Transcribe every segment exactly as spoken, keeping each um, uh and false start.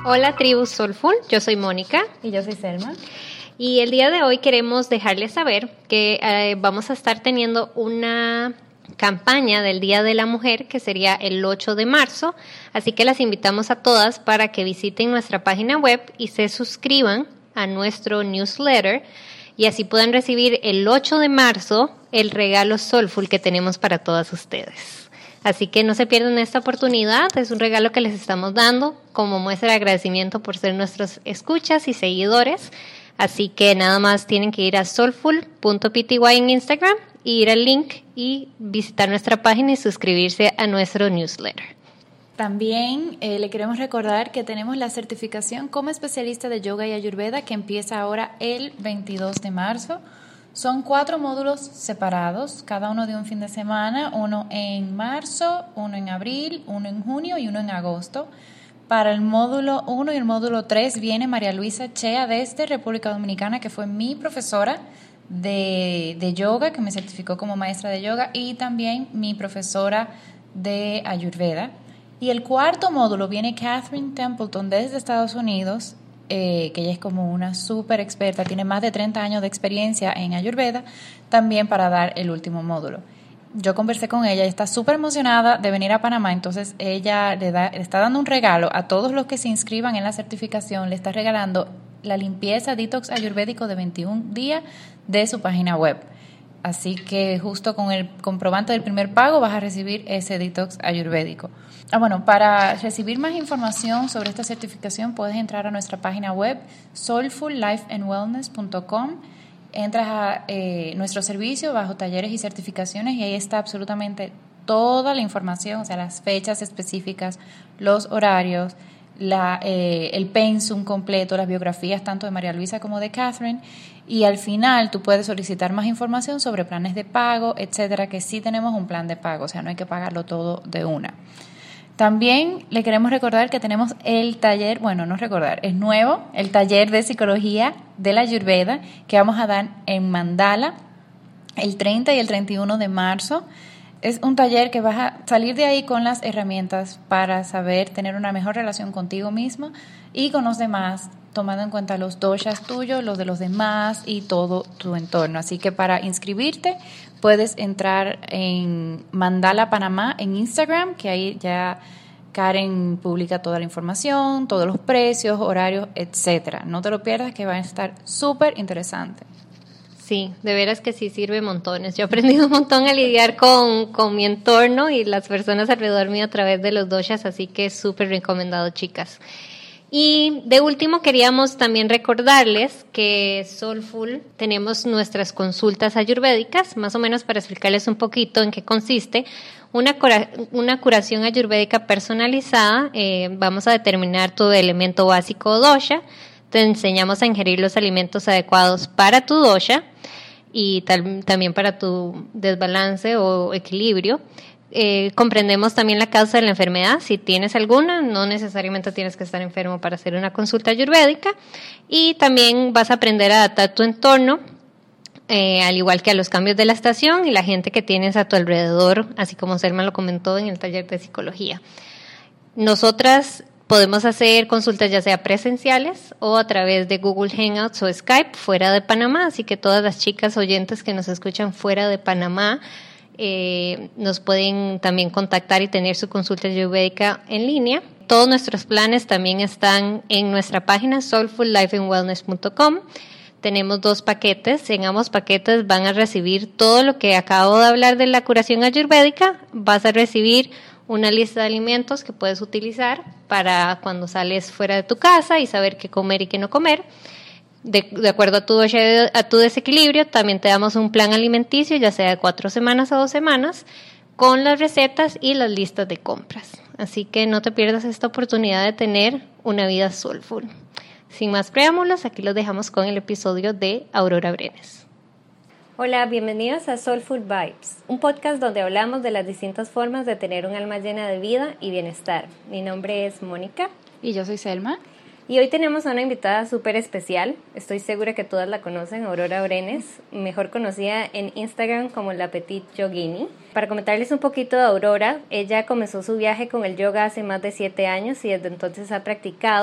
Hola tribu Soulful, yo soy Mónica. Y yo soy Selma. Y el día de hoy queremos dejarles saber que eh, vamos a estar teniendo una campaña del Día de la Mujer que sería el ocho de marzo, así que las invitamos a todas para que visiten nuestra página web y se suscriban a nuestro newsletter y así puedan recibir el ocho de marzo el regalo Soulful que tenemos para todas ustedes. Así que no se pierdan esta oportunidad, es un regalo que les estamos dando como muestra de agradecimiento por ser nuestros escuchas y seguidores. Así que nada más tienen que ir a soulful punto p t y en Instagram y ir al link y visitar nuestra página y suscribirse a nuestro newsletter. También eh, le queremos recordar que tenemos la certificación como especialista de yoga y ayurveda que empieza ahora el veintidós de marzo. Son cuatro módulos separados, cada uno de un fin de semana, uno en marzo, uno en abril, uno en junio y uno en agosto. Para el módulo uno y el módulo tres viene María Luisa Chea desde República Dominicana, que fue mi profesora de, de yoga, que me certificó como maestra de yoga, y también mi profesora de ayurveda. Y el cuarto módulo viene Catherine Templeton desde Estados Unidos, Eh, que ella es como una súper experta, tiene más de treinta años de experiencia en ayurveda, también para dar el último módulo. Yo conversé con ella y está súper emocionada de venir a Panamá, entonces ella le, da, le está dando un regalo a todos los que se inscriban en la certificación, le está regalando la limpieza detox ayurvédico de veintiún días de su página web. Así que justo con el comprobante del primer pago vas a recibir ese detox ayurvédico. Ah, bueno, para recibir más información sobre esta certificación puedes entrar a nuestra página web soulful life and wellness punto com. Entras a eh, nuestro servicio bajo talleres y certificaciones y ahí está absolutamente toda la información, o sea, las fechas específicas, los horarios, la, eh, el pensum completo, las biografías tanto de María Luisa como de Catherine. Y al final tú puedes solicitar más información sobre planes de pago, etcétera, que sí tenemos un plan de pago, o sea, no hay que pagarlo todo de una. También le queremos recordar que tenemos el taller, bueno, no recordar, es nuevo, el taller de psicología de la Ayurveda que vamos a dar en Mandala el treinta y el treinta y uno de marzo. Es un taller que vas a salir de ahí con las herramientas para saber tener una mejor relación contigo mismo y con los demás, tomando en cuenta los doshas tuyos, los de los demás y todo tu entorno. Así que para inscribirte puedes entrar en Mandala Panamá en Instagram, que ahí ya Karen publica toda la información, todos los precios, horarios, etcétera. No te lo pierdas, que va a estar súper interesante. Sí, de veras que sí sirve montones. Yo he aprendido un montón a lidiar con, con mi entorno y las personas alrededor mío a través de los doshas, así que es súper recomendado, chicas. Y de último queríamos también recordarles que Soulful tenemos nuestras consultas ayurvédicas, más o menos para explicarles un poquito en qué consiste. Una, cura, una curación ayurvédica personalizada, eh, vamos a determinar tu elemento básico o dosha, te enseñamos a ingerir los alimentos adecuados para tu dosha y tal, también para tu desbalance o equilibrio. Eh, comprendemos también la causa de la enfermedad, si tienes alguna, no necesariamente tienes que estar enfermo para hacer una consulta ayurvédica, y también vas a aprender a adaptar tu entorno, eh, al igual que a los cambios de la estación y la gente que tienes a tu alrededor, así como Selma lo comentó en el taller de psicología. Nosotras podemos hacer consultas ya sea presenciales o a través de Google Hangouts o Skype fuera de Panamá, así que todas las chicas oyentes que nos escuchan fuera de Panamá Eh, nos pueden también contactar y tener su consulta ayurvédica en línea. Todos nuestros planes también están en nuestra página soulful life and wellness punto com. Tenemos dos paquetes. En ambos paquetes van a recibir todo lo que acabo de hablar de la curación ayurvédica. Vas a recibir una lista de alimentos que puedes utilizar para cuando sales fuera de tu casa y saber qué comer y qué no comer. De, de acuerdo a tu, a tu desequilibrio, también te damos un plan alimenticio, ya sea de cuatro semanas o dos semanas, con las recetas y las listas de compras. Así que no te pierdas esta oportunidad de tener una vida soulful. Sin más preámbulos, aquí los dejamos con el episodio de Aurora Brenes. Hola, bienvenidos a Soulful Vibes, un podcast donde hablamos de las distintas formas de tener un alma llena de vida y bienestar. Mi nombre es Mónica. Y yo soy Selma. Y hoy tenemos a una invitada súper especial, estoy segura que todas la conocen, Aurora Brenes, mejor conocida en Instagram como la Petit Yogini. Para comentarles un poquito de Aurora, ella comenzó su viaje con el yoga hace más de siete años y desde entonces ha practicado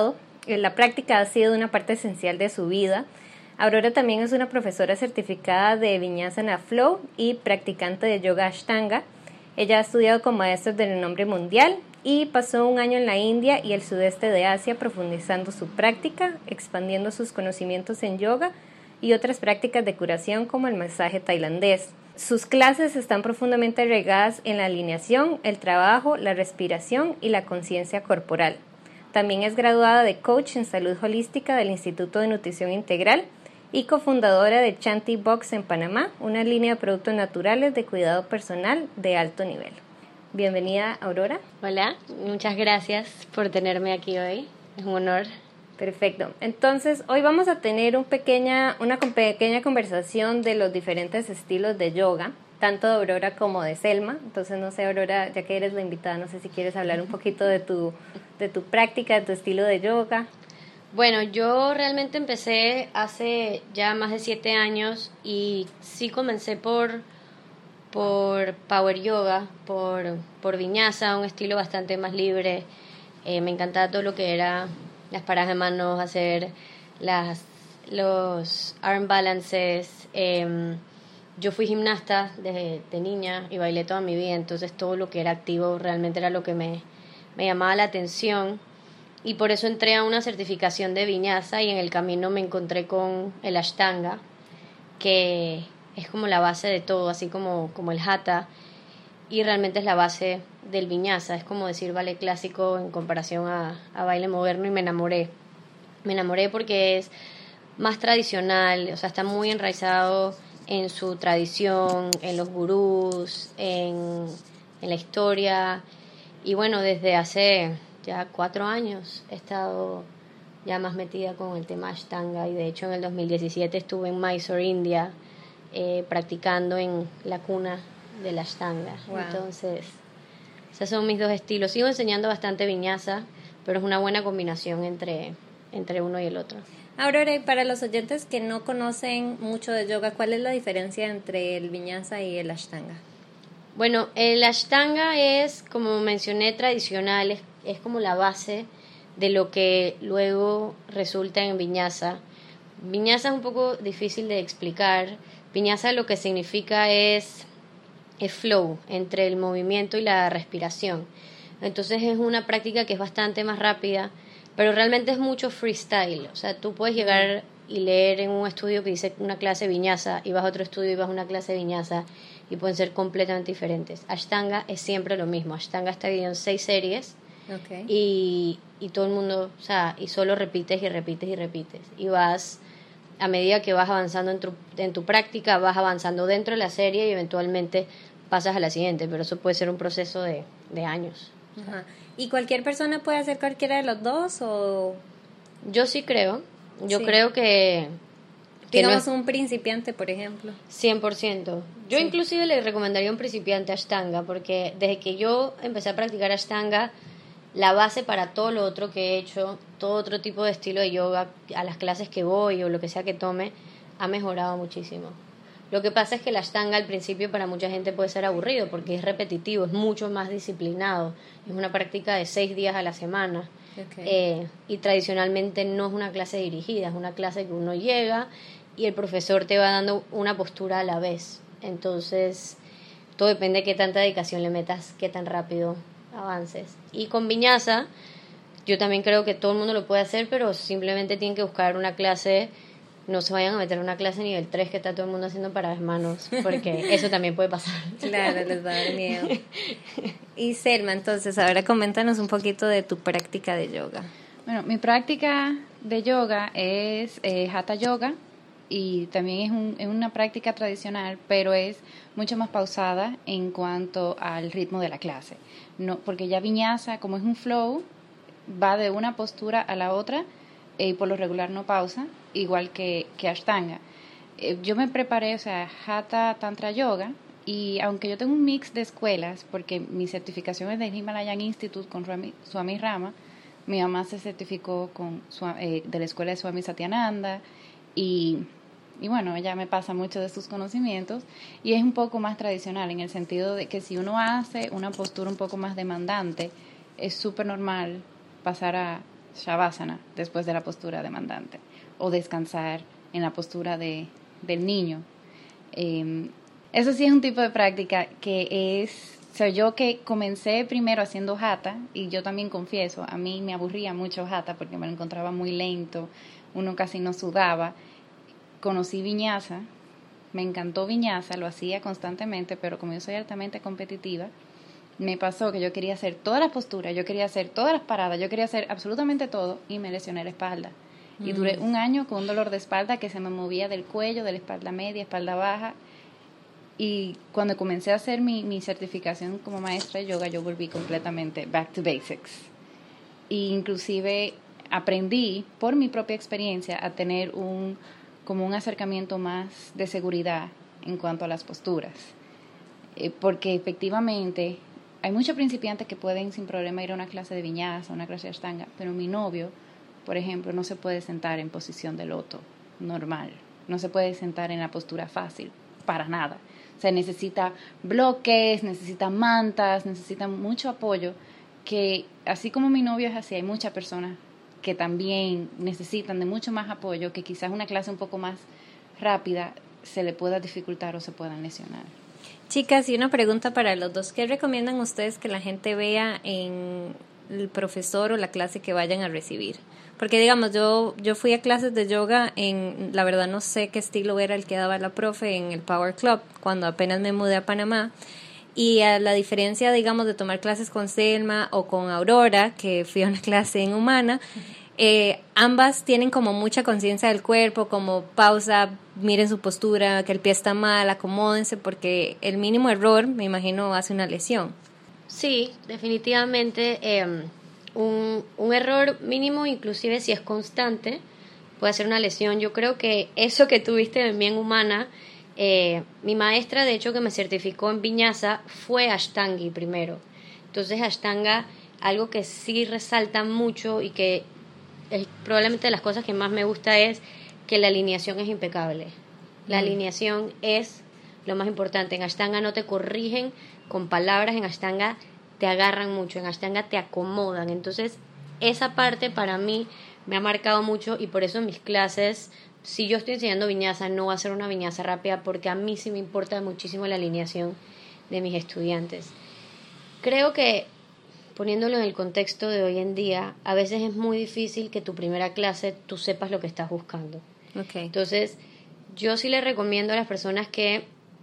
la práctica ha sido una parte esencial de su vida. Aurora también es una profesora certificada de Vinyasa Flow y practicante de yoga Ashtanga. Ella ha estudiado con maestros de renombre mundial y pasó un año en la India y el sudeste de Asia profundizando su práctica, expandiendo sus conocimientos en yoga y otras prácticas de curación como el masaje tailandés. Sus clases están profundamente arraigadas en la alineación, el trabajo, la respiración y la conciencia corporal. También es graduada de coach en salud holística del Instituto de Nutrición Integral y cofundadora de Chanti Box en Panamá, una línea de productos naturales de cuidado personal de alto nivel. Bienvenida, Aurora. Hola, muchas gracias por tenerme aquí hoy. Es un honor. Perfecto. Entonces, hoy vamos a tener un pequeña, una pequeña conversación de los diferentes estilos de yoga, tanto de Aurora como de Selma. Entonces, no sé, Aurora, ya que eres la invitada, no sé si quieres hablar un poquito de tu, de tu práctica, de tu estilo de yoga. Bueno, yo realmente empecé hace ya más de siete años y sí comencé por, por Power Yoga, por, por Vinyasa, un estilo bastante más libre. Eh, me encantaba todo lo que era las paradas de manos, hacer las, los arm balances. Eh, yo fui gimnasta desde de niña y bailé toda mi vida, entonces todo lo que era activo realmente era lo que me, me llamaba la atención. Y por eso entré a una certificación de Vinyasa y en el camino me encontré con el Ashtanga, que es como la base de todo, así como, como el Hatha, y realmente es la base del Vinyasa, es como decir ballet clásico en comparación a, a baile moderno, y me enamoré. Me enamoré porque es más tradicional, o sea, está muy enraizado en su tradición, en los gurús, en, en la historia, y bueno, desde hace ya cuatro años he estado ya más metida con el tema Ashtanga y de hecho en el dos mil diecisiete estuve en Mysore, India, eh, practicando en la cuna de la Ashtanga. Wow. Entonces, esos son mis dos estilos. Sigo enseñando bastante Vinyasa, pero es una buena combinación entre, entre uno y el otro. Aurora, y para los oyentes que no conocen mucho de yoga, ¿cuál es la diferencia entre el Vinyasa y el Ashtanga? Bueno, el Ashtanga es, como mencioné, tradicional, es, es como la base de lo que luego resulta en Vinyasa. Vinyasa es un poco difícil de explicar. Vinyasa lo que significa es, es flow entre el movimiento y la respiración. Entonces es una práctica que es bastante más rápida, pero realmente es mucho freestyle. O sea, tú puedes llegar y leer en un estudio que dice una clase Vinyasa y vas a otro estudio y vas a una clase Vinyasa y pueden ser completamente diferentes. Ashtanga es siempre lo mismo. Ashtanga está dividido en seis series. Okay. y, y todo el mundo, o sea, y solo repites y repites y repites. Y vas, a medida que vas avanzando en tu, en tu práctica, vas avanzando dentro de la serie y eventualmente pasas a la siguiente, pero eso puede ser un proceso de, de años. Ajá. ¿Y cualquier persona puede hacer cualquiera de los dos? O yo sí creo. Yo sí. creo que... que digamos no es un principiante, por ejemplo. cien por ciento. Yo sí. Inclusive le recomendaría a un principiante Ashtanga, porque desde que yo empecé a practicar Ashtanga, la base para todo lo otro que he hecho, todo otro tipo de estilo de yoga, a las clases que voy o lo que sea que tome, ha mejorado muchísimo. Lo que pasa es que la Ashtanga al principio para mucha gente puede ser aburrido porque es repetitivo, es mucho más disciplinado, es una práctica de seis días a la semana. Okay. Eh, y tradicionalmente no es una clase dirigida, es una clase que uno llega y el profesor te va dando una postura a la vez. Entonces, todo depende de qué tanta dedicación le metas, qué tan rápido avances. Y con Vinyasa, yo también creo que todo el mundo lo puede hacer, pero simplemente tienen que buscar una clase. No se vayan a meter en una clase nivel tres que está todo el mundo haciendo paradas de manos, porque eso también puede pasar. Claro, les va a dar miedo. Y Selma, entonces, ahora coméntanos un poquito de tu práctica de yoga. Bueno, mi práctica de yoga es eh, Hatha Yoga, y también es, un, es una práctica tradicional, pero es mucho más pausada en cuanto al ritmo de la clase. No, porque ya Vinyasa, como es un flow, va de una postura a la otra y por lo regular no pausa, igual que, que Ashtanga. Eh, yo me preparé, o sea, Hatha Tantra Yoga, y aunque yo tengo un mix de escuelas, porque mi certificación es del Himalayan Institute con Swami, Swami Rama, mi mamá se certificó con eh, de la escuela de Swami Satyananda, y, y bueno, ella me pasa mucho de sus conocimientos, y es un poco más tradicional, en el sentido de que si uno hace una postura un poco más demandante, es súper normal pasar a Shavasana, después de la postura demandante, o descansar en la postura de, del niño. Eh, eso sí es un tipo de práctica que es, o sea, yo que comencé primero haciendo Hatha, y yo también confieso, a mí me aburría mucho Hatha porque me lo encontraba muy lento, uno casi no sudaba. Conocí Vinyasa, me encantó Vinyasa, lo hacía constantemente, pero como yo soy altamente competitiva, me pasó que yo quería hacer todas las posturas, yo quería hacer todas las paradas, yo quería hacer absolutamente todo y me lesioné la espalda. Y duré un año con un dolor de espalda que se me movía del cuello, de la espalda media, espalda baja. Y cuando comencé a hacer mi, mi certificación como maestra de yoga, yo volví completamente back to basics. E inclusive aprendí por mi propia experiencia a tener un, como un acercamiento más de seguridad en cuanto a las posturas. Eh, porque efectivamente hay muchos principiantes que pueden sin problema ir a una clase de viñasa, una clase de ashtanga, pero mi novio, por ejemplo, no se puede sentar en posición de loto normal, no se puede sentar en la postura fácil, para nada. O sea, necesita bloques, necesita mantas, necesita mucho apoyo, que así como mi novio es así, hay muchas personas que también necesitan de mucho más apoyo, que quizás una clase un poco más rápida se le pueda dificultar o se puedan lesionar. Chicas, y una pregunta para los dos. ¿Qué recomiendan ustedes que la gente vea en el profesor o la clase que vayan a recibir? Porque, digamos, yo yo fui a clases de yoga en, la verdad no sé qué estilo era el que daba la profe en el Power Club, cuando apenas me mudé a Panamá. Y a la diferencia, digamos, de tomar clases con Selma o con Aurora, que fui a una clase en Humana, eh, ambas tienen como mucha conciencia del cuerpo, como pausa, miren su postura, que el pie está mal, acomódense, porque el mínimo error, me imagino, hace una lesión. Sí, definitivamente eh, un, un error mínimo, inclusive si es constante, puede ser una lesión. Yo creo que eso que tuviste de bien humana, eh, mi maestra, de hecho, que me certificó en Vinyasa, fue Ashtangi primero. Entonces, Ashtanga, algo que sí resalta mucho y que es probablemente de las cosas que más me gusta es que la alineación es impecable. La mm. alineación es lo más importante. En Ashtanga no te corrigen con palabras, en Ashtanga te agarran mucho, en Ashtanga te acomodan. Entonces, esa parte para mí me ha marcado mucho y por eso en mis clases, si yo estoy enseñando viñasa, no va a ser una viñasa rápida porque a mí sí me importa muchísimo la alineación de mis estudiantes. Creo que, poniéndolo en el contexto de hoy en día, a veces es muy difícil que tu primera clase tú sepas lo que estás buscando. Okay. Entonces, yo sí le recomiendo a las personas que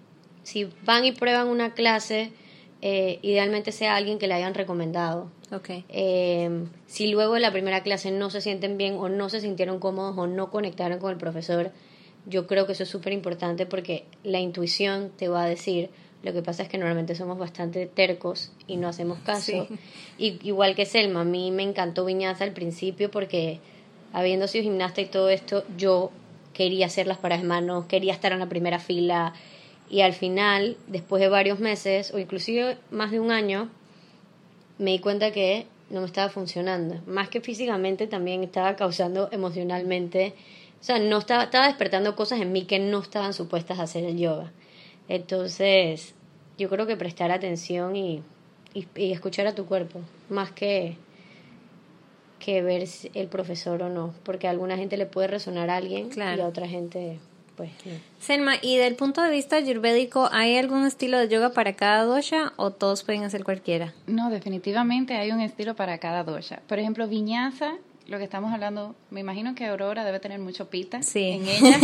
si van y prueban una clase, eh, idealmente sea alguien que le hayan recomendado. Okay. Eh, si luego de la primera clase no se sienten bien o no se sintieron cómodos o no conectaron con el profesor, yo creo que eso es súper importante porque la intuición te va a decir. Lo que pasa es que normalmente somos bastante tercos y no hacemos caso. Sí. Y, igual que Selma, a mí me encantó Vinyasa al principio porque habiendo sido gimnasta y todo esto, yo quería hacer las paradas de manos, quería estar en la primera fila y al final, después de varios meses o inclusive más de un año, me di cuenta que no me estaba funcionando. Más que físicamente, también estaba causando emocionalmente, o sea, no estaba, estaba despertando cosas en mí que no estaban supuestas a hacer el yoga. Entonces, yo creo que prestar atención y, y, y escuchar a tu cuerpo, más que, que ver si el profesor o no, porque a alguna gente le puede resonar a alguien claro. y a otra gente, pues no. Selma, y del punto de vista ayurvédico, ¿hay algún estilo de yoga para cada dosha o todos pueden hacer cualquiera? No, definitivamente hay un estilo para cada dosha. Por ejemplo, Vinyasa, lo que estamos hablando, me imagino que Aurora debe tener mucho pita sí. en ella.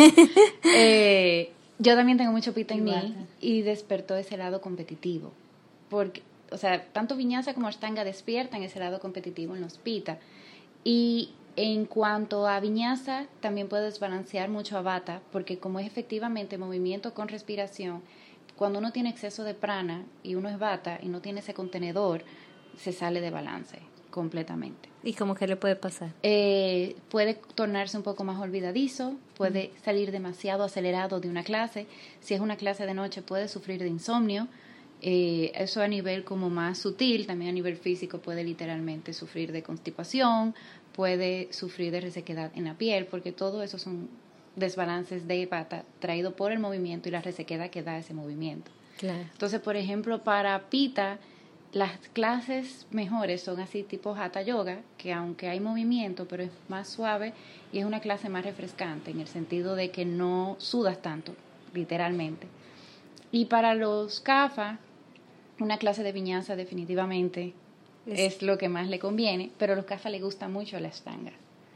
eh, Yo también tengo mucho pita en mí y despertó ese lado competitivo. Porque, o sea, tanto Vinyasa como Ashtanga despiertan ese lado competitivo en los pita. Y en cuanto a Vinyasa, también puede desbalancear mucho a Vata, porque como es efectivamente movimiento con respiración, cuando uno tiene exceso de prana y uno es Vata y no tiene ese contenedor, se sale de balance completamente. ¿Y cómo que le puede pasar? Eh, puede tornarse un poco más olvidadizo, puede mm. salir demasiado acelerado de una clase. Si es una clase de noche, puede sufrir de insomnio. Eh, eso a nivel como más sutil, también a nivel físico puede literalmente sufrir de constipación, puede sufrir de resequedad en la piel, porque todo eso son desbalances de Vata traído por el movimiento y la resequedad que da ese movimiento. Claro. Entonces, por ejemplo, para Pita, las clases mejores son así tipo Hatha Yoga, que aunque hay movimiento, pero es más suave y es una clase más refrescante en el sentido de que no sudas tanto, literalmente. Y para los Kapha, una clase de viñasa definitivamente es, es lo que más le conviene, pero a los Kapha les gusta mucho la Ashtanga,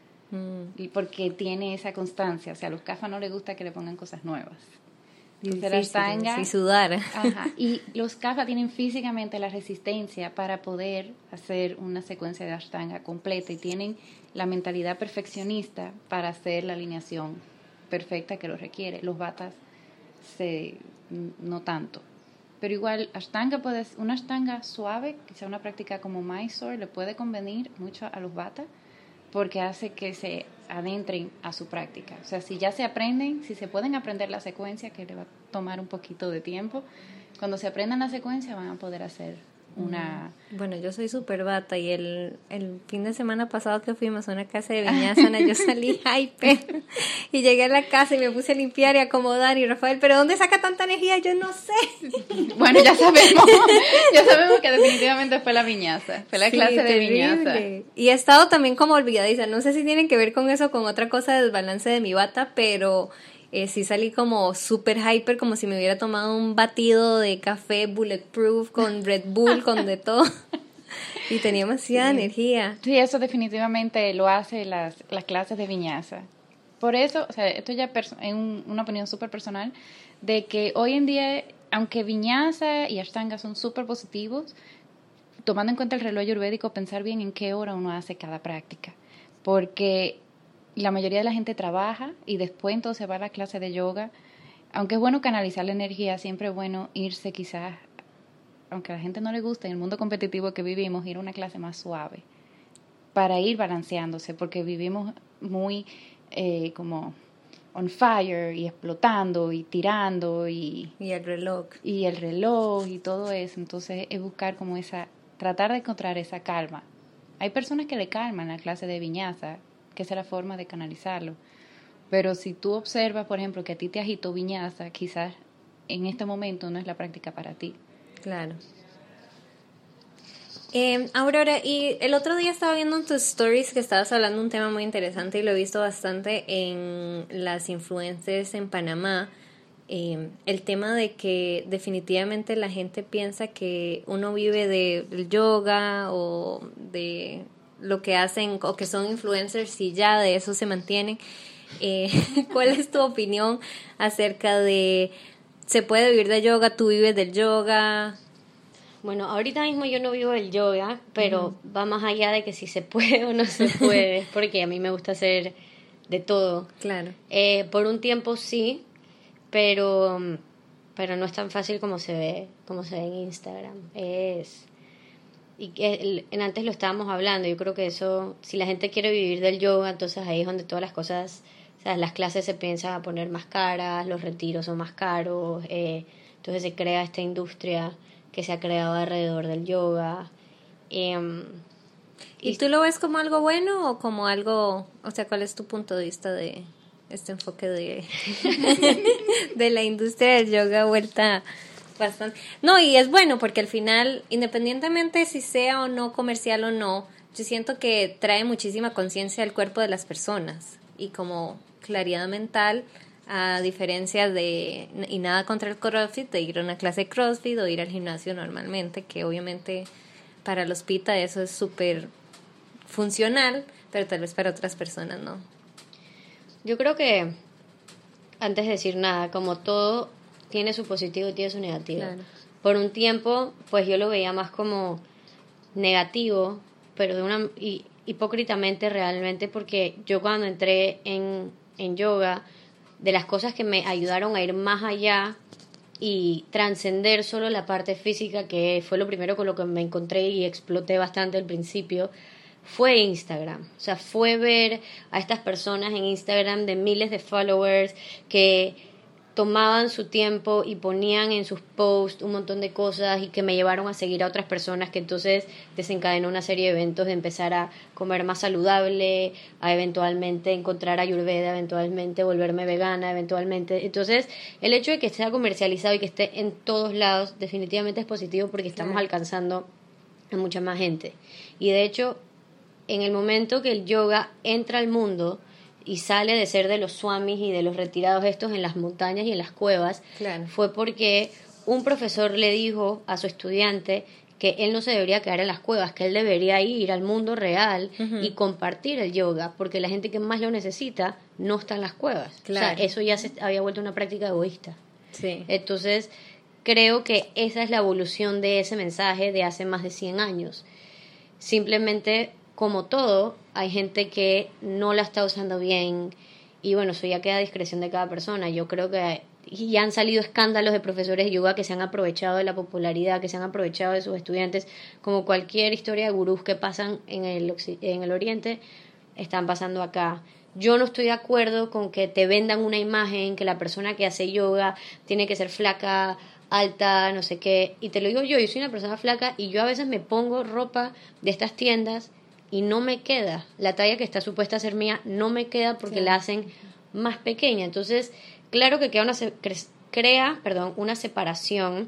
mm. porque tiene esa constancia, o sea, a los Kapha no les gusta que le pongan cosas nuevas. Entonces, la Ashtanga, sí, sudar. Ajá, y los Kapha tienen físicamente la resistencia para poder hacer una secuencia de Ashtanga completa y tienen la mentalidad perfeccionista para hacer la alineación perfecta que lo requiere. Los Vatas se, no tanto. Pero igual, Ashtanga puede, una Ashtanga suave, quizá una práctica como Mysore, le puede convenir mucho a los Vatas porque hace que se adentren a su práctica. O sea, si ya se aprenden, si se pueden aprender la secuencia, que le va a tomar un poquito de tiempo, cuando se aprendan la secuencia van a poder hacer una... Bueno, yo soy súper bata y el, el fin de semana pasado que fuimos a una casa de viñasana, yo salí hyper y llegué a la casa y me puse a limpiar y acomodar y Rafael, ¿pero dónde saca tanta energía? Yo no sé. Bueno, ya sabemos, ya sabemos que definitivamente fue la viñasa, fue la sí, clase de terrible. viñasa. Y he estado también como olvidadiza, no sé si tienen que ver con eso, con otra cosa de desbalance de mi bata, pero... Eh, sí salí como súper hyper, como si me hubiera tomado un batido de café bulletproof con Red Bull, con de todo. Y tenía demasiada sí. energía. Sí, eso definitivamente lo hace las, las clases de viñasa. Por eso, o sea, esto ya es un, una opinión súper personal, de que hoy en día, aunque viñasa y ashtanga son súper positivos, tomando en cuenta el reloj ayurvédico, pensar bien en qué hora uno hace cada práctica. Porque... la mayoría de la gente trabaja y después entonces va a la clase de yoga. Aunque es bueno canalizar la energía, siempre es bueno irse quizás, aunque a la gente no le guste, en el mundo competitivo que vivimos, ir a una clase más suave para ir balanceándose, porque vivimos muy eh, como on fire y explotando y tirando y, y el reloj y el reloj y todo eso. Entonces es buscar como esa, tratar de encontrar esa calma. Hay personas que le calman la clase de viñasa, que esa es la forma de canalizarlo. Pero si tú observas, por ejemplo, que a ti te agitó viñasa, quizás en este momento no es la práctica para ti. Claro. Eh, Aurora, y el otro día estaba viendo en tus stories que estabas hablando de un tema muy interesante y lo he visto bastante en las influencers en Panamá. Eh, el tema de que definitivamente la gente piensa que uno vive del yoga o de... lo que hacen o que son influencers y ya de eso se mantienen. Eh, ¿Cuál es tu opinión acerca de se puede vivir de yoga? ¿Tú vives del yoga? Bueno, ahorita mismo yo no vivo del yoga, pero uh-huh. va más allá de que si se puede o no se puede, porque a mí me gusta hacer de todo. Claro. Eh, por un tiempo sí, pero pero no es tan fácil como se ve como se ve en Instagram. Es Y que el, antes lo estábamos hablando, yo creo que eso, si la gente quiere vivir del yoga, entonces ahí es donde todas las cosas, o sea, las clases se piensan a poner más caras, los retiros son más caros, eh, entonces se crea esta industria que se ha creado alrededor del yoga. Eh, ¿Y, ¿Y tú lo ves como algo bueno o como algo, o sea, cuál es tu punto de vista de este enfoque de, de la industria del yoga vuelta... bastante. No, y es bueno porque al final, independientemente si sea o no comercial o no, yo siento que trae muchísima conciencia al cuerpo de las personas y como claridad mental, a diferencia de, y nada contra el CrossFit, de ir a una clase de CrossFit o ir al gimnasio normalmente, que obviamente para los pita eso es súper funcional, pero tal vez para otras personas no. Yo creo que, antes de decir nada, como todo tiene su positivo y tiene su negativo. Claro. Por un tiempo, pues yo lo veía más como negativo, pero de una y, hipócritamente realmente, porque yo cuando entré en, en yoga, de las cosas que me ayudaron a ir más allá y trascender solo la parte física, que fue lo primero con lo que me encontré y exploté bastante al principio, fue Instagram. O sea, fue ver a estas personas en Instagram de miles de followers que tomaban su tiempo y ponían en sus posts un montón de cosas y que me llevaron a seguir a otras personas, que entonces desencadenó una serie de eventos de empezar a comer más saludable, a eventualmente encontrar Ayurveda, eventualmente volverme vegana, eventualmente. Entonces, el hecho de que sea comercializado y que esté en todos lados definitivamente es positivo porque estamos claro. alcanzando a mucha más gente. Y de hecho, en el momento que el yoga entra al mundo y sale de ser de los swamis y de los retirados estos en las montañas y en las cuevas, claro. fue porque un profesor le dijo a su estudiante que él no se debería quedar en las cuevas, que él debería ir al mundo real uh-huh. y compartir el yoga, porque la gente que más lo necesita no está en las cuevas. Claro. O sea, eso ya se había vuelto una práctica egoísta. Sí. Entonces, creo que esa es la evolución de ese mensaje de hace más de cien años. Simplemente, como todo, hay gente que no la está usando bien y bueno, eso ya queda a discreción de cada persona. Yo creo que y ya han salido escándalos de profesores de yoga que se han aprovechado de la popularidad, que se han aprovechado de sus estudiantes, como cualquier historia de gurús que pasan en el, en el Oriente, están pasando acá. Yo no estoy de acuerdo con que te vendan una imagen, que la persona que hace yoga tiene que ser flaca, alta, no sé qué, y te lo digo yo, yo soy una persona flaca y yo a veces me pongo ropa de estas tiendas y no me queda, la talla que está supuesta a ser mía no me queda porque sí. la hacen más pequeña. Entonces, claro que crea una, crea, perdón, una separación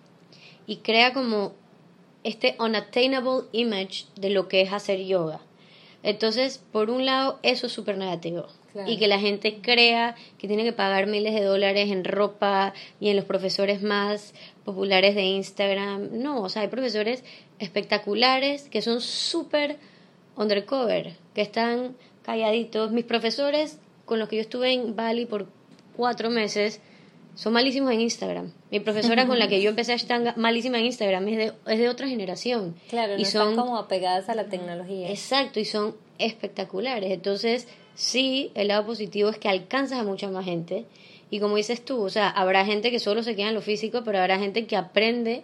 y crea como este unattainable image de lo que es hacer yoga. Entonces, por un lado, eso es súper negativo. Claro. Y que la gente crea que tiene que pagar miles de dólares en ropa y en los profesores más populares de Instagram. No, o sea, hay profesores espectaculares que son súper undercover, que están calladitos. Mis profesores con los que yo estuve en Bali por cuatro meses son malísimos en Instagram. Mi profesora con la que yo empecé a estar malísima en Instagram es de, es de otra generación. Claro, y no son están como apegadas a la tecnología. Exacto, y son espectaculares. Entonces, sí, el lado positivo es que alcanzas a mucha más gente. Y como dices tú, o sea, habrá gente que solo se queda en lo físico, pero habrá gente que aprende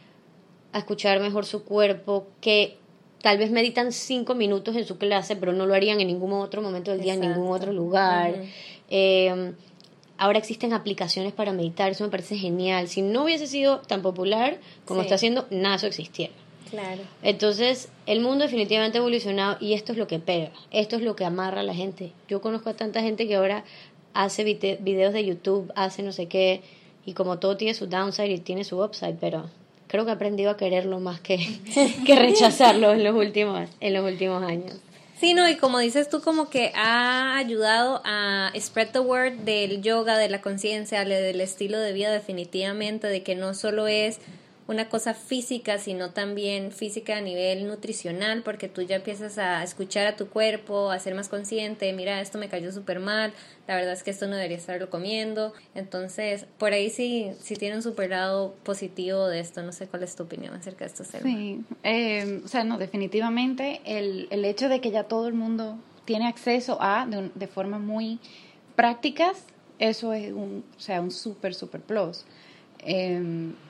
a escuchar mejor su cuerpo, que tal vez meditan cinco minutos en su clase, pero no lo harían en ningún otro momento del día, Exacto. en ningún otro lugar. Uh-huh. Eh, ahora existen aplicaciones para meditar, eso me parece genial. Si no hubiese sido tan popular como sí. está siendo, nada de eso existiera. Claro. Entonces, el mundo definitivamente ha evolucionado y esto es lo que pega, esto es lo que amarra a la gente. Yo conozco a tanta gente que ahora hace vide- videos de YouTube, hace no sé qué, y como todo tiene su downside y tiene su upside, pero creo que he aprendido a quererlo más que, que rechazarlo en los últimos, en los últimos años. Sí, no, y como dices tú, como que ha ayudado a spread the word del yoga, de la conciencia, del estilo de vida definitivamente, de que no solo es una cosa física, sino también física a nivel nutricional, porque tú ya empiezas a escuchar a tu cuerpo, a ser más consciente, mira, esto me cayó súper mal, la verdad es que esto no debería estarlo comiendo. Entonces, por ahí sí, sí tiene un súper lado positivo de esto. No sé cuál es tu opinión acerca de esto, Selma. Sí, eh, o sea, no, definitivamente el, el hecho de que ya todo el mundo tiene acceso a, de, un, de formas muy prácticas, eso es un, o sea, un súper, súper plus. Eh,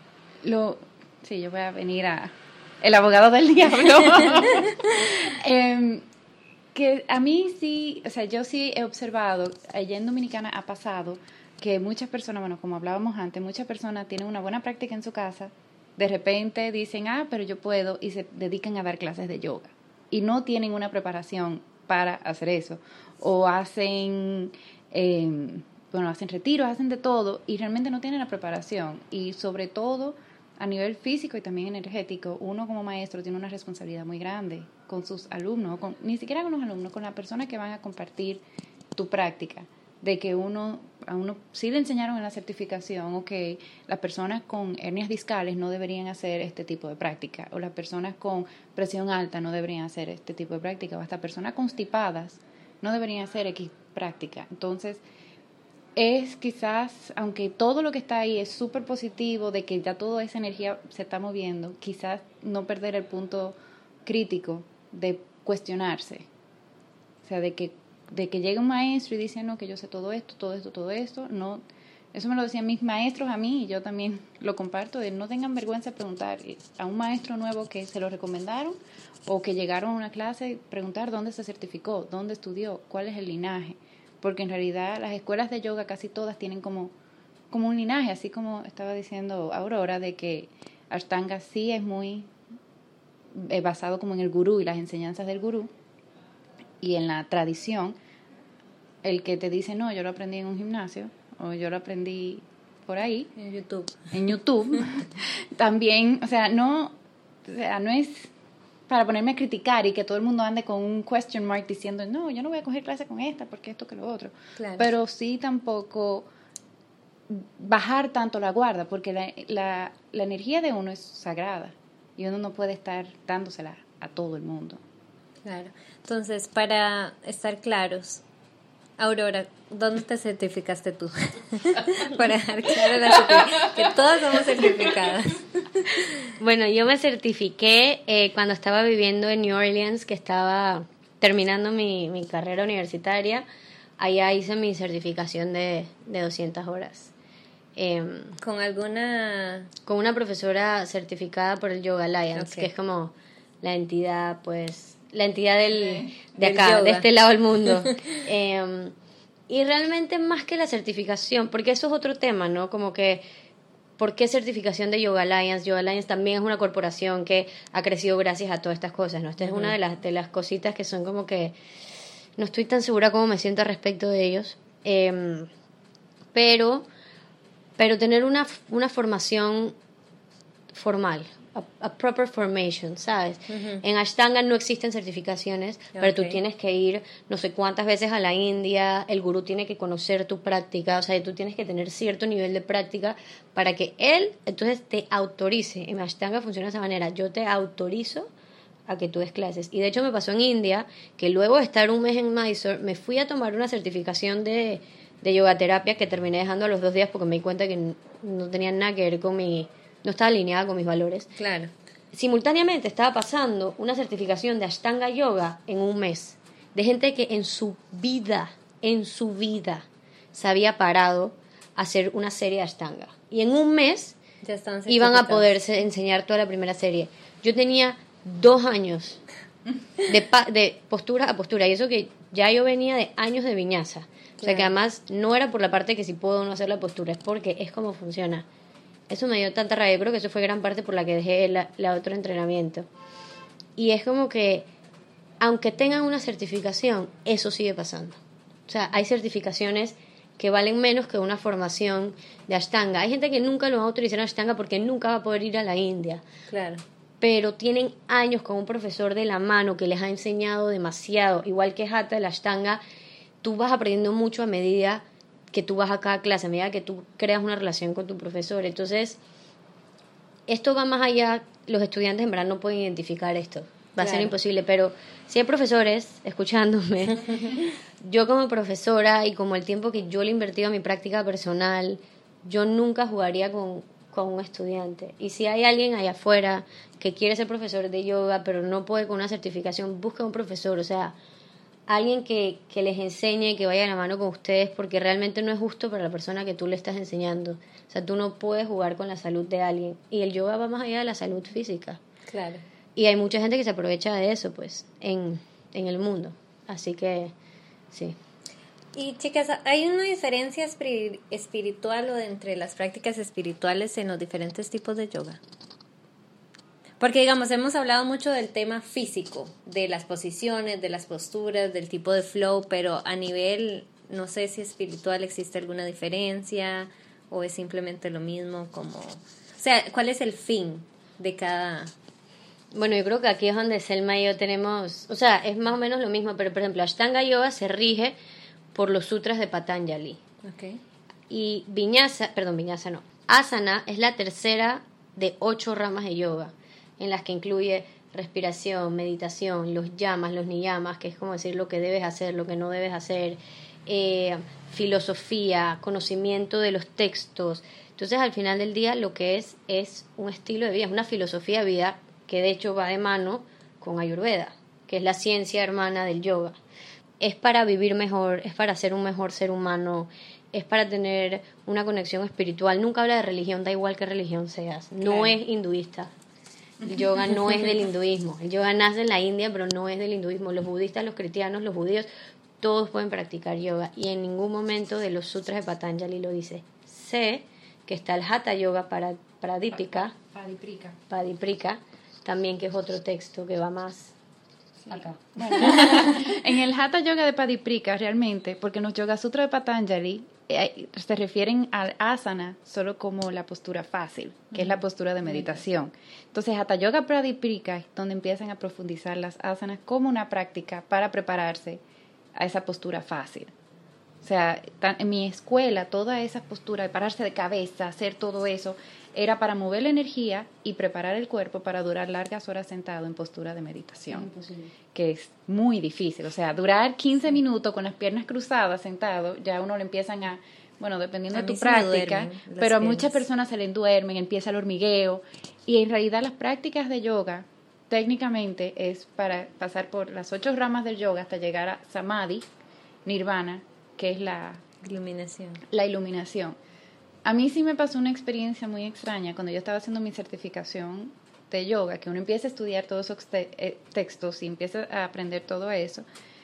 Lo, sí, yo voy a venir a el abogado del diablo. eh, que a mí sí, o sea, yo sí he observado, allá en Dominicana ha pasado que muchas personas, bueno, como hablábamos antes, muchas personas tienen una buena práctica en su casa, de repente dicen, ah, pero yo puedo, y se dedican a dar clases de yoga. Y no tienen una preparación para hacer eso. O hacen... Eh, bueno, hacen retiros, hacen de todo, y realmente no tienen la preparación. Y sobre todo, a nivel físico y también energético, uno como maestro tiene una responsabilidad muy grande con sus alumnos, con, ni siquiera con los alumnos, con las personas que van a compartir tu práctica, de que uno, a uno sí le enseñaron en la certificación, ok, las personas con hernias discales no deberían hacer este tipo de práctica, o las personas con presión alta no deberían hacer este tipo de práctica, o hasta personas constipadas no deberían hacer X práctica. Entonces, es quizás, aunque todo lo que está ahí es súper positivo, de que ya toda esa energía se está moviendo, quizás no perder el punto crítico de cuestionarse. O sea, de que, de que llegue un maestro y dice, no, que yo sé todo esto, todo esto, todo esto. No, eso me lo decían mis maestros a mí y yo también lo comparto, de no tengan vergüenza de preguntar a un maestro nuevo que se lo recomendaron o que llegaron a una clase, preguntar dónde se certificó, dónde estudió, cuál es el linaje. Porque en realidad las escuelas de yoga casi todas tienen como, como un linaje, así como estaba diciendo Aurora, de que Ashtanga sí es muy eh, basado como en el gurú y las enseñanzas del gurú, y en la tradición, el que te dice, no, yo lo aprendí en un gimnasio, o yo lo aprendí por ahí. En YouTube. En YouTube. También, o sea, no, o sea, no es para ponerme a criticar y que todo el mundo ande con un question mark diciendo, no, yo no voy a coger clase con esta porque esto que lo otro. Claro. Pero sí tampoco bajar tanto la guarda, porque la, la, la energía de uno es sagrada y uno no puede estar dándosela a todo el mundo. Claro. Entonces, para estar claros, Aurora, ¿dónde te certificaste tú? Para dejar claro la certificación, que todas somos certificadas. Bueno, yo me certifiqué eh, cuando estaba viviendo en New Orleans, que estaba terminando mi, mi carrera universitaria. Allá hice mi certificación de, de doscientas horas. Eh, ¿Con alguna...? Con una profesora certificada por el Yoga Alliance, Okay. que es como la entidad, pues, la entidad del, de Del acá, yoga. de este lado del mundo. eh, y realmente más que la certificación, porque eso es otro tema, ¿no? Como que, ¿por qué certificación de Yoga Alliance? Yoga Alliance también es una corporación que ha crecido gracias a todas estas cosas, ¿no? Esta uh-huh. es una de las, de las cositas que son como que no estoy tan segura cómo me siento al respecto de ellos. Eh, pero, pero tener una, una formación formal, a, a proper formation, ¿sabes? Uh-huh. En Ashtanga no existen certificaciones, okay. pero tú tienes que ir no sé cuántas veces a la India, el gurú tiene que conocer tu práctica, o sea, tú tienes que tener cierto nivel de práctica para que él, entonces, te autorice. En Ashtanga funciona de esa manera, yo te autorizo a que tú des clases. Y de hecho me pasó en India, que luego de estar un mes en Mysore, me fui a tomar una certificación de, de yogaterapia que terminé dejando a los dos días porque me di cuenta que no tenía nada que ver con mi... no estaba alineada con mis valores. Claro. Simultáneamente estaba pasando una certificación de Ashtanga Yoga en un mes, de gente que en su vida, en su vida, se había parado a hacer una serie de Ashtanga. Y en un mes ya están iban a poderse enseñar toda la primera serie. Yo tenía dos años de, pa- de postura a postura, y eso que ya yo venía de años de viñasa. Claro. O sea que además no era por la parte que si puedo o no hacer la postura, es porque es como funciona. Eso me dio tanta rabia, creo que eso fue gran parte por la que dejé la, la otro entrenamiento. Y es como que, aunque tengan una certificación, eso sigue pasando. O sea, hay certificaciones que valen menos que una formación de Ashtanga. Hay gente que nunca lo va a utilizar en Ashtanga porque nunca va a poder ir a la India. Claro. Pero tienen años con un profesor de la mano que les ha enseñado demasiado. Igual que Hatha, el Ashtanga, tú vas aprendiendo mucho a medida que tú vas a cada clase, a medida que tú creas una relación con tu profesor. Entonces, esto va más allá. Los estudiantes en verdad no pueden identificar esto. Va claro. a ser imposible, pero si hay profesores escuchándome, yo como profesora y como el tiempo que yo le he invertido a mi práctica personal, yo nunca jugaría con, con un estudiante. Y si hay alguien allá afuera que quiere ser profesor de yoga, pero no puede con una certificación, busca un profesor, o sea, alguien que, que les enseñe, que vaya de la mano con ustedes, porque realmente no es justo para la persona que tú le estás enseñando. O sea, tú no puedes jugar con la salud de alguien. Y el yoga va más allá de la salud física. Claro. Y hay mucha gente que se aprovecha de eso, pues, en, en el mundo. Así que, sí. Y chicas, ¿hay una diferencia espiritual o de entre las prácticas espirituales en los diferentes tipos de yoga? Porque, digamos, hemos hablado mucho del tema físico, de las posiciones, de las posturas, del tipo de flow, pero a nivel, no sé si espiritual existe alguna diferencia o es simplemente lo mismo como... O sea, ¿cuál es el fin de cada...? Bueno, yo creo que aquí es donde Selma y yo tenemos... O sea, es más o menos lo mismo, pero, por ejemplo, Ashtanga Yoga se rige por los sutras de Patanjali. Okay. Y Vinyasa, perdón, Vinyasa no. Asana es la tercera de ocho ramas de yoga, en las que incluye respiración, meditación, los yamas, los niyamas, que es como decir lo que debes hacer, lo que no debes hacer, eh, filosofía, conocimiento de los textos. Entonces, al final del día, lo que es es un estilo de vida, es una filosofía de vida que de hecho va de mano con Ayurveda, que es la ciencia hermana del yoga. Es para vivir mejor, es para ser un mejor ser humano, es para tener una conexión espiritual. Nunca habla de religión, da igual qué religión seas. No claro. es hinduista. El yoga no es del hinduismo. El yoga nace en la India, pero no es del hinduismo. Los budistas, los cristianos, los judíos, todos pueden practicar yoga. Y en ningún momento de los sutras de Patanjali lo dice. Sé que está el Hatha Yoga para Pradipika, Padiprika. Padiprika, también que es otro texto que va más sí. acá. Bueno, en el Hatha Yoga de Padiprika realmente, porque en los Yoga Sutras de Patanjali eh, se refieren al asana solo como la postura fácil, que uh-huh. es la postura de meditación. Entonces, Hatha Yoga Pradipika es donde empiezan a profundizar las asanas como una práctica para prepararse a esa postura fácil. O sea, en mi escuela, toda esa postura de pararse de cabeza, hacer todo eso, era para mover la energía y preparar el cuerpo para durar largas horas sentado en postura de meditación, es que es muy difícil. O sea, durar quince minutos con las piernas cruzadas sentado, ya uno le empiezan a, bueno, dependiendo a de tu práctica, pero a muchas personas se le duermen, empieza el hormigueo, y en realidad las prácticas de yoga, técnicamente, es para pasar por las ocho ramas del yoga hasta llegar a Samadhi, Nirvana, que es la iluminación. La iluminación. A mí sí me pasó una experiencia muy extraña cuando yo estaba haciendo mi certificación de yoga, que uno empieza a estudiar todos esos te- eh, textos y empieza a aprender todo eso,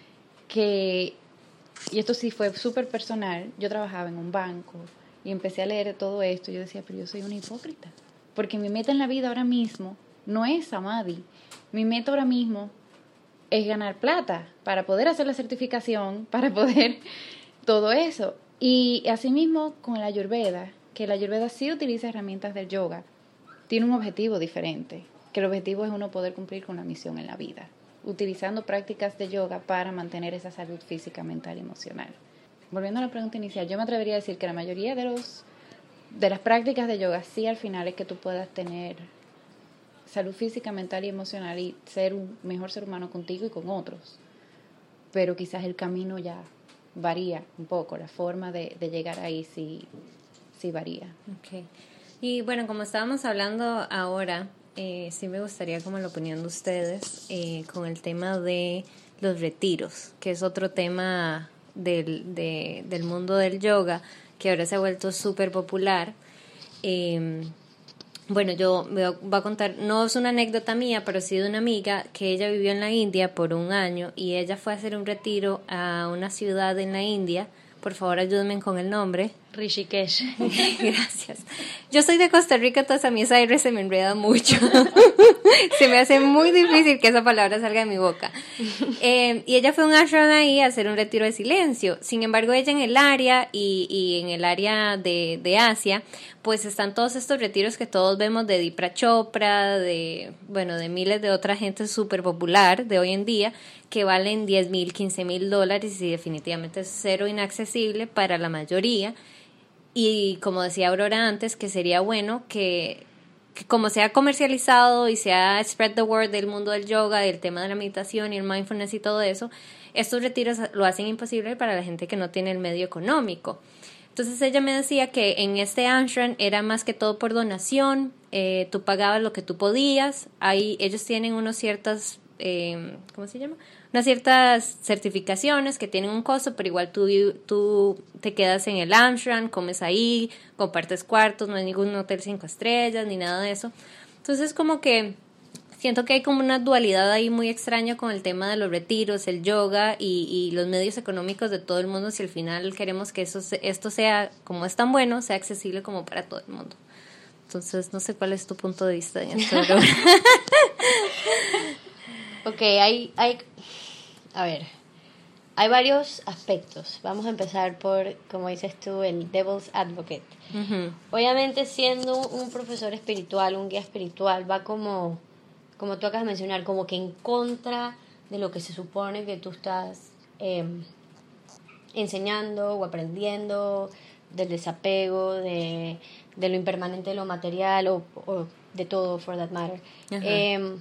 que, y esto sí fue súper personal, yo trabajaba en un banco y empecé a leer todo esto y yo decía, pero yo soy una hipócrita, porque mi meta en la vida ahora mismo no es Samadhi, mi meta ahora mismo es ganar plata para poder hacer la certificación, para poder todo eso. Y asimismo con la Ayurveda, que la Ayurveda sí utiliza herramientas del yoga, tiene un objetivo diferente, que el objetivo es uno poder cumplir con la misión en la vida, utilizando prácticas de yoga para mantener esa salud física, mental y emocional. Volviendo a la pregunta inicial, yo me atrevería a decir que la mayoría de los de las prácticas de yoga sí al final es que tú puedas tener salud física, mental y emocional y ser un mejor ser humano contigo y con otros. Pero quizás el camino ya varía un poco, la forma de, de llegar ahí sí, sí varía. Okay. Y bueno, como estábamos hablando ahora, eh, sí me gustaría como la opinión de ustedes eh, con el tema de los retiros, que es otro tema del, de, del mundo del yoga, que ahora se ha vuelto súper popular. Eh, Bueno, yo voy a contar, no es una anécdota mía, pero sí de una amiga que ella vivió en la India por un año y ella fue a hacer un retiro a una ciudad en la India. Por favor, ayúdenme con el nombre. Rishikesh. Gracias. Yo soy de Costa Rica, entonces a mí esa R se me enreda mucho. Se me hace muy difícil que esa palabra salga de mi boca. Eh, y ella fue a un ashram ahí a hacer un retiro de silencio. Sin embargo, ella en el área y, y en el área de, de Asia, pues están todos estos retiros que todos vemos de Deepak Chopra, de, bueno, de miles de otra gente súper popular de hoy en día, que valen diez mil, quince mil dólares y definitivamente es cero inaccesible para la mayoría. Y como decía Aurora antes, que sería bueno que, que como se ha comercializado y se ha spread the word del mundo del yoga, del tema de la meditación y el mindfulness y todo eso, estos retiros lo hacen imposible para la gente que no tiene el medio económico. Entonces ella me decía que en este ashram era más que todo por donación, eh, tú pagabas lo que tú podías, ahí ellos tienen unos ciertas, eh, ¿cómo se llama? Unas ciertas certificaciones que tienen un costo, pero igual tú, tú te quedas en el ashram, comes ahí, compartes cuartos, no hay ningún hotel cinco estrellas ni nada de eso. Entonces como que siento que hay como una dualidad ahí muy extraña con el tema de los retiros, el yoga y, y los medios económicos de todo el mundo, si al final queremos que eso, esto sea, como es tan bueno, sea accesible como para todo el mundo. Entonces no sé cuál es tu punto de vista en esto. Ok, hay, hay, a ver, hay varios aspectos. Vamos a empezar por, como dices tú, el devil's advocate. Uh-huh. Obviamente, siendo un profesor espiritual, un guía espiritual, va como, como tú acabas de mencionar, como que en contra de lo que se supone que tú estás eh, enseñando o aprendiendo, del desapego, de, de lo impermanente, de lo material o, o de todo, for that matter. Uh-huh. Eh,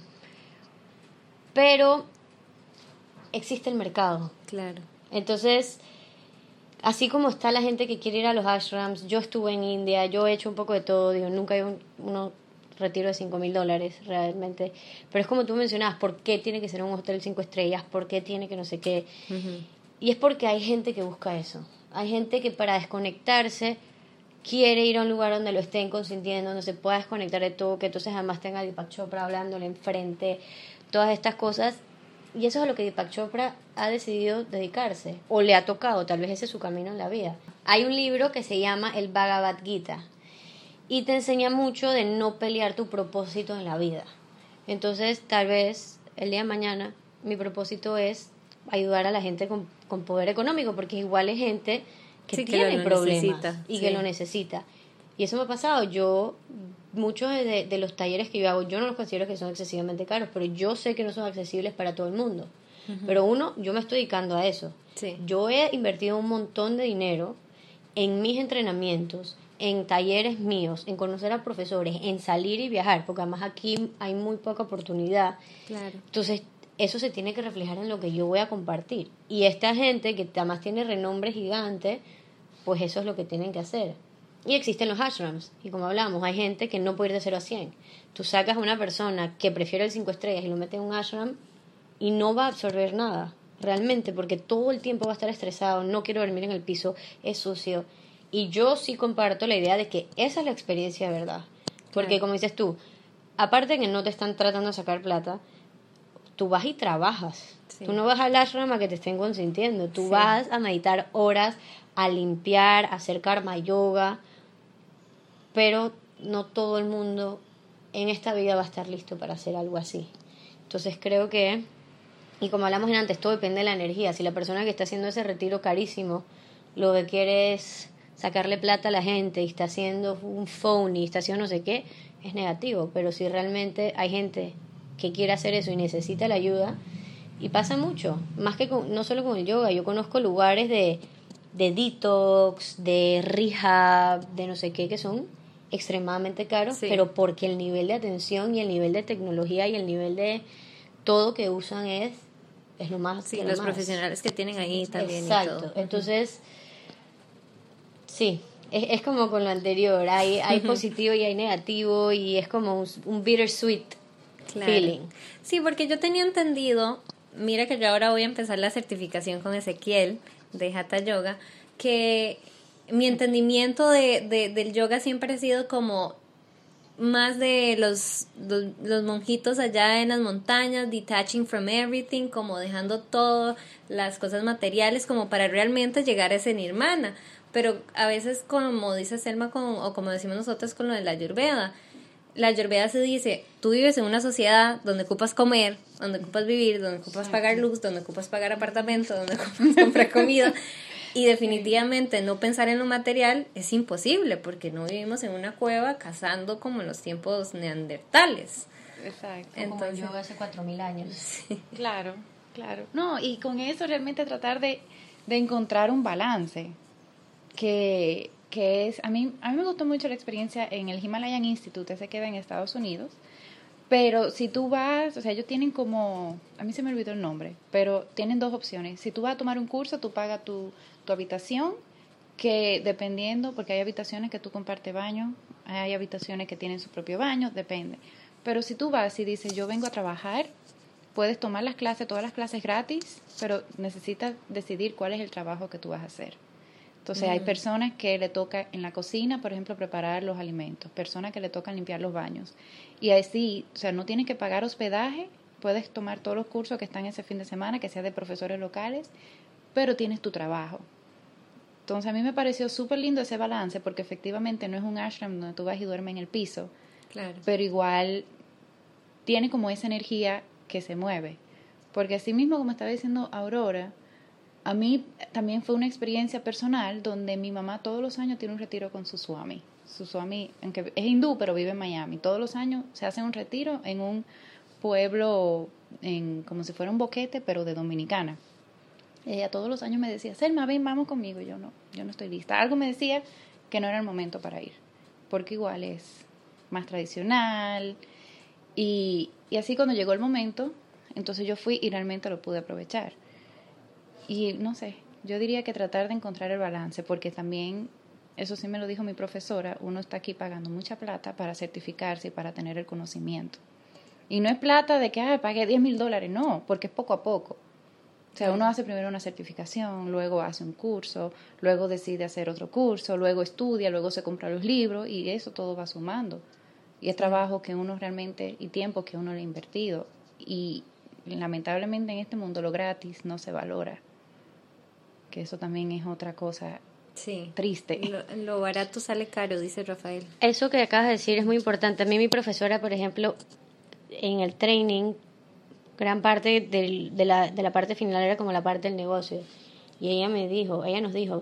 pero existe el mercado. Claro. Entonces, así como está la gente que quiere ir a los ashrams, yo estuve en India, yo he hecho un poco de todo, digo, nunca hay un uno retiro de cinco mil dólares realmente, pero es como tú mencionabas, ¿por qué tiene que ser un hotel cinco estrellas? ¿Por qué tiene que no sé qué? Uh-huh. Y es porque hay gente que busca eso, hay gente que para desconectarse quiere ir a un lugar donde lo estén consintiendo, donde se pueda desconectar de todo, que entonces además tenga a Deepak Chopra hablándole enfrente, todas estas cosas. Y eso es a lo que Deepak Chopra ha decidido dedicarse, o le ha tocado, tal vez ese es su camino en la vida. Hay un libro que se llama el Bhagavad Gita, y te enseña mucho de no pelear tu propósito en la vida. Entonces, tal vez, el día de mañana, mi propósito es ayudar a la gente con, con poder económico, porque igual hay gente que Sí, que tiene lo problemas necesita, y sí. que lo necesita. Y eso me ha pasado. Yo, muchos de, de los talleres que yo hago, yo no los considero que son excesivamente caros, pero yo sé que no son accesibles para todo el mundo. Uh-huh. Pero uno, yo me estoy dedicando a eso. Sí. Yo he invertido un montón de dinero en mis entrenamientos, en talleres míos, en conocer a profesores, en salir y viajar, porque además aquí hay muy poca oportunidad. Claro. Entonces, eso se tiene que reflejar en lo que yo voy a compartir. Y esta gente que además tiene renombre gigante, pues eso es lo que tienen que hacer. Y existen los ashrams, y como hablamos, hay gente que no puede ir de cero a cien. Tú sacas a una persona que prefiere el cinco estrellas y lo metes en un ashram y no va a absorber nada, realmente, porque todo el tiempo va a estar estresado, no quiero dormir en el piso, es sucio. Y yo sí comparto la idea de que esa es la experiencia de verdad. Porque claro, como dices tú, aparte de que no te están tratando de sacar plata, tú vas y trabajas. Sí. Tú no vas al ashram a que te estén consintiendo. Tú sí. vas a meditar horas, a limpiar, a hacer karma yoga. Pero no todo el mundo en esta vida va a estar listo para hacer algo así. Entonces creo que, y como hablamos antes, todo depende de la energía. Si la persona que está haciendo ese retiro carísimo lo que quiere es sacarle plata a la gente y está haciendo un phone y está haciendo no sé qué, es negativo. Pero si realmente hay gente que quiere hacer eso y necesita la ayuda, y pasa mucho, más que con, no solo con el yoga, yo conozco lugares de, de detox, de rehab, de no sé qué, que son extremadamente caros, sí. pero porque el nivel de atención y el nivel de tecnología y el nivel de todo que usan es, es lo más... Sí, lo los más. profesionales que tienen ahí también. Exacto, y todo. Entonces, sí, es, es como con lo anterior, hay, hay positivo y hay negativo y es como un, un bittersweet claro. feeling. Sí, porque yo tenía entendido, mira que yo ahora voy a empezar la certificación con Ezequiel de Hatha Yoga, que mi entendimiento de, de, del yoga siempre ha sido como más de los, los, los monjitos allá en las montañas, detaching from everything, como dejando todas las cosas materiales como para realmente llegar a ese nirvana. Pero a veces, como dice Selma, con, o como decimos nosotros con lo de la Ayurveda, la Ayurveda se dice, tú vives en una sociedad donde ocupas comer, donde ocupas vivir, donde ocupas pagar luz, donde ocupas pagar apartamento, donde ocupas comprar comida. Y definitivamente no pensar en lo material es imposible, porque no vivimos en una cueva cazando como en los tiempos neandertales. Exacto. Entonces, como yo hace cuatro mil años. Sí. Claro, claro. No, y con eso realmente tratar de, de encontrar un balance, que, que es, a mí, a mí me gustó mucho la experiencia en el Himalayan Institute, ese queda en Estados Unidos. Pero si tú vas, o sea, ellos tienen como, a mí se me olvidó el nombre, pero tienen dos opciones. Si tú vas a tomar un curso, tú pagas tu, tu habitación, que dependiendo, porque hay habitaciones que tú compartes baño, hay habitaciones que tienen su propio baño, depende. Pero si tú vas y dices, yo vengo a trabajar, puedes tomar las clases, todas las clases gratis, pero necesitas decidir cuál es el trabajo que tú vas a hacer. Entonces, mm. hay personas que le toca en la cocina, por ejemplo, preparar los alimentos, personas que le tocan limpiar los baños. Y así, o sea, no tienes que pagar hospedaje, puedes tomar todos los cursos que están ese fin de semana, que sea de profesores locales, pero tienes tu trabajo. Entonces, a mí me pareció súper lindo ese balance, porque efectivamente no es un ashram donde tú vas y duermes en el piso, claro. pero igual tiene como esa energía que se mueve. Porque así mismo, como estaba diciendo Aurora, a mí también fue una experiencia personal donde mi mamá todos los años tiene un retiro con su swami. Su swami, aunque es hindú, pero vive en Miami. Todos los años se hace un retiro en un pueblo, en como si fuera un boquete, pero de dominicana. Ella todos los años me decía, Selma, ven, vamos conmigo. Y yo no, yo no estoy lista. Algo me decía que no era el momento para ir, porque igual es más tradicional. Y, y así cuando llegó el momento, entonces yo fui y realmente lo pude aprovechar. Y no sé, yo diría que tratar de encontrar el balance, porque también, eso sí me lo dijo mi profesora, uno está aquí pagando mucha plata para certificarse y para tener el conocimiento. Y no es plata de que, ah, pagué diez mil dólares, no, porque es poco a poco. O sea, uno hace primero una certificación, luego hace un curso, luego decide hacer otro curso, luego estudia, luego se compra los libros y eso todo va sumando. Y es trabajo que uno realmente, y tiempo que uno le ha invertido. Y lamentablemente en este mundo lo gratis no se valora. Que eso también es otra cosa sí. triste. Lo, lo barato sale caro, dice Rafael. Eso que acabas de decir es muy importante. A mí mi profesora, por ejemplo, en el training, gran parte del, de, la, de la parte final era como la parte del negocio. Y ella me dijo, ella nos dijo,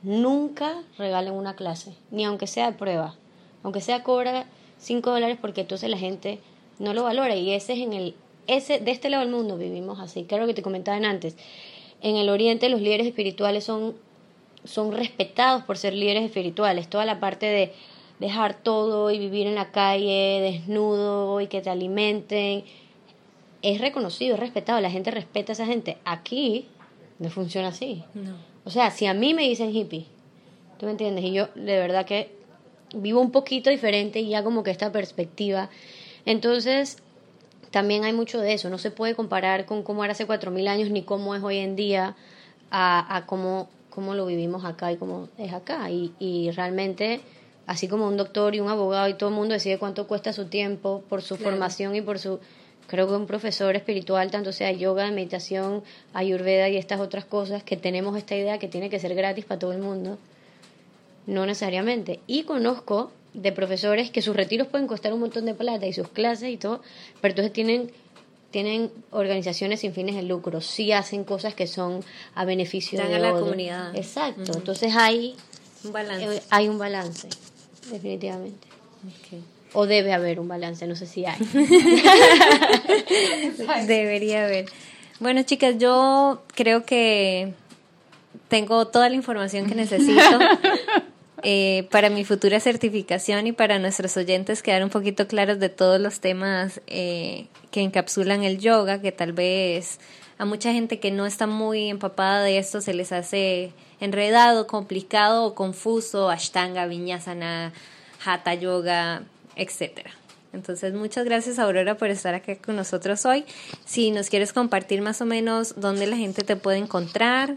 nunca regalen una clase, ni aunque sea de prueba, aunque sea cobra cinco dólares, porque entonces la gente no lo valora, y ese es en el, ese, de este lado del mundo vivimos así. Claro que te comentaban antes, en el Oriente los líderes espirituales son, son respetados por ser líderes espirituales, toda la parte de dejar todo y vivir en la calle desnudo y que te alimenten, es reconocido, es respetado, la gente respeta a esa gente. Aquí no funciona así. No. O sea, si a mí me dicen hippie, ¿tú me entiendes? Y yo de verdad que vivo un poquito diferente y ya como que esta perspectiva. Entonces, también hay mucho de eso. No se puede comparar con cómo era hace cuatro mil años ni cómo es hoy en día a, a cómo, cómo lo vivimos acá y cómo es acá. Y, y realmente, así como un doctor y un abogado y todo el mundo decide cuánto cuesta su tiempo por su claro. formación y por su... Creo que un profesor espiritual, tanto sea yoga, meditación, ayurveda y estas otras cosas, que tenemos esta idea que tiene que ser gratis para todo el mundo, no necesariamente. Y conozco de profesores que sus retiros pueden costar un montón de plata y sus clases y todo, pero entonces tienen, tienen organizaciones sin fines de lucro, sí hacen cosas que son a beneficio Dan de a la otros. comunidad. Exacto, Uh-huh. Entonces hay un balance. Eh, hay un balance, definitivamente. Okay. O debe haber un balance, no sé si hay. Debería haber. Bueno, chicas, yo creo que tengo toda la información que necesito eh, para mi futura certificación y para nuestros oyentes quedar un poquito claros de todos los temas eh, que encapsulan el yoga, que tal vez a mucha gente que no está muy empapada de esto se les hace enredado, complicado o confuso, Ashtanga, Vinyasana, Hatha Yoga, etcétera. Entonces, muchas gracias, Aurora, por estar aquí con nosotros hoy. Si nos quieres compartir más o menos dónde la gente te puede encontrar.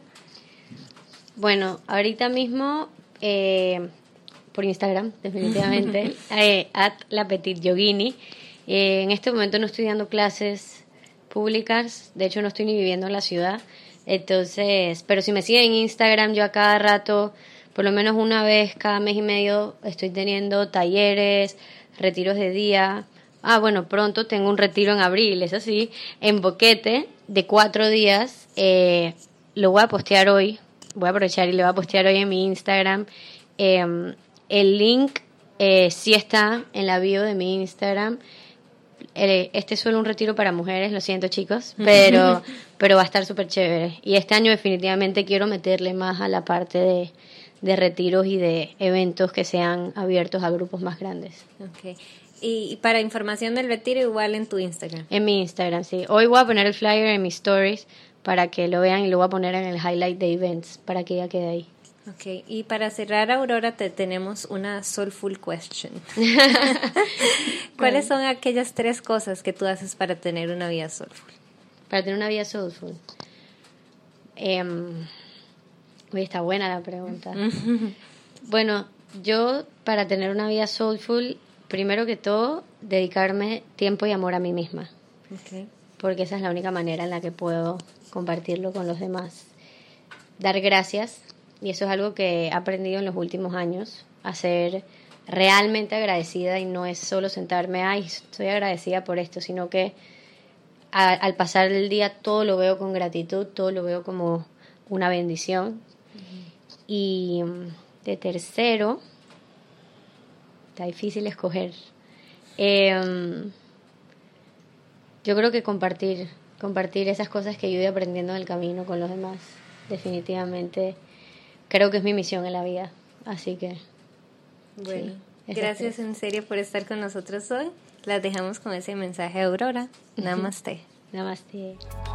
Bueno, ahorita mismo eh, por Instagram, definitivamente, eh, at la Petit Yogini. Eh, en este momento no estoy dando clases públicas, de hecho no estoy ni viviendo en la ciudad, entonces, pero si me siguen en Instagram, yo a cada rato, por lo menos una vez cada mes y medio, estoy teniendo talleres, retiros de día. Ah, bueno, pronto tengo un retiro en abril, eso sí, en Boquete, de cuatro días. Eh, lo voy a postear hoy, voy a aprovechar y lo voy a postear hoy en mi Instagram. Eh, el link eh, sí está en la bio de mi Instagram. Eh, este es solo un retiro para mujeres, lo siento chicos, pero, pero va a estar súper chévere. Y este año definitivamente quiero meterle más a la parte de, de retiros y de eventos que sean abiertos a grupos más grandes. Okay. Y, y para información del retiro, igual en tu Instagram. En mi Instagram, sí. Hoy voy a poner el flyer en mis stories para que lo vean y lo voy a poner en el highlight de events para que ya quede ahí. Ok, y para cerrar, Aurora, te tenemos una soulful question. ¿Cuáles son aquellas tres cosas que tú haces para tener una vida soulful? Para tener una vida soulful. Eh, uy, está buena la pregunta. Bueno, yo para tener una vida soulful, primero que todo, dedicarme tiempo y amor a mí misma. Okay. Porque esa es la única manera en la que puedo compartirlo con los demás. Dar gracias. Y eso es algo que he aprendido en los últimos años, a ser realmente agradecida, y no es solo sentarme, ay, estoy agradecida por esto, sino que a, al pasar el día todo lo veo con gratitud, todo lo veo como una bendición. Uh-huh. Y de tercero, está difícil escoger. Eh, yo creo que compartir, compartir esas cosas que yo he ido aprendiendo en el camino con los demás, definitivamente. Creo que es mi misión en la vida, así que... Bueno, sí, gracias en serio por estar con nosotros hoy. Las dejamos con ese mensaje de Aurora. Namaste. Namaste.